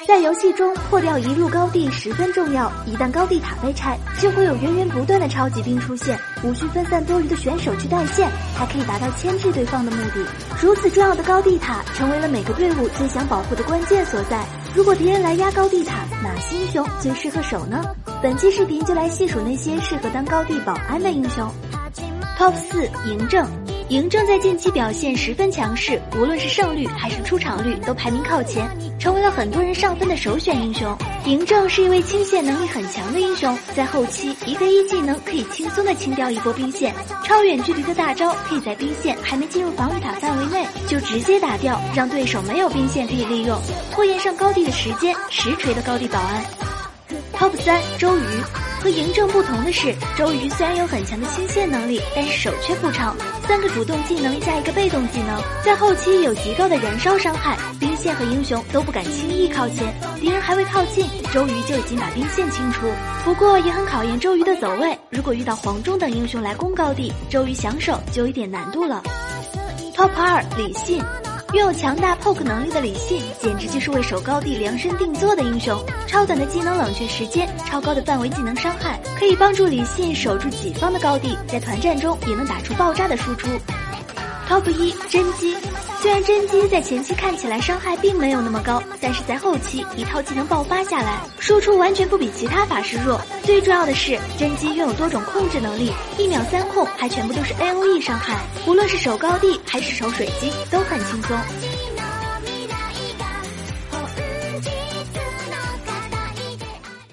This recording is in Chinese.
在游戏中破掉一路高地十分重要，一旦高地塔被拆，就会有源源不断的超级兵出现，无需分散多余的选手去带线，还可以达到牵制对方的目的。如此重要的高地塔，成为了每个队伍最想保护的关键所在。如果敌人来压高地塔，哪些英雄最适合守呢？本期视频就来细数那些适合当高地保安的英雄。Top 4嬴政。嬴政在近期表现十分强势，无论是胜率还是出场率都排名靠前，成为了很多人上分的首选英雄。嬴政是一位清线能力很强的英雄，在后期一个一技能可以轻松的清掉一波兵线，超远距离的大招可以在兵线还没进入防御塔范围内就直接打掉，让对手没有兵线可以利用，拖延上高地的时间，实锤的高地保安。Top 3周瑜。和嬴政不同的是，周瑜虽然有很强的清线能力，但是手却不长，3个主动技能加一个被动技能，在后期有极高的燃烧伤害，兵线和英雄都不敢轻易靠前，敌人还未靠近，周瑜就已经把兵线清除。不过也很考验周瑜的走位，如果遇到黄忠等英雄来攻高地，周瑜想守就有一点难度了。Top 2李信。拥有强大 poke 能力的李信，简直就是为守高地量身定做的英雄。超短的技能冷却时间，超高的范围技能伤害，可以帮助李信守住己方的高地，在团战中也能打出爆炸的输出。Top 1甄姬。虽然甄姬在前期看起来伤害并没有那么高，但是在后期一套技能爆发下来，输出完全不比其他法师弱。最重要的是，甄姬拥有多种控制能力，1秒3控，还全部都是 AOE 伤害，无论是守高地还是守水晶都很轻松。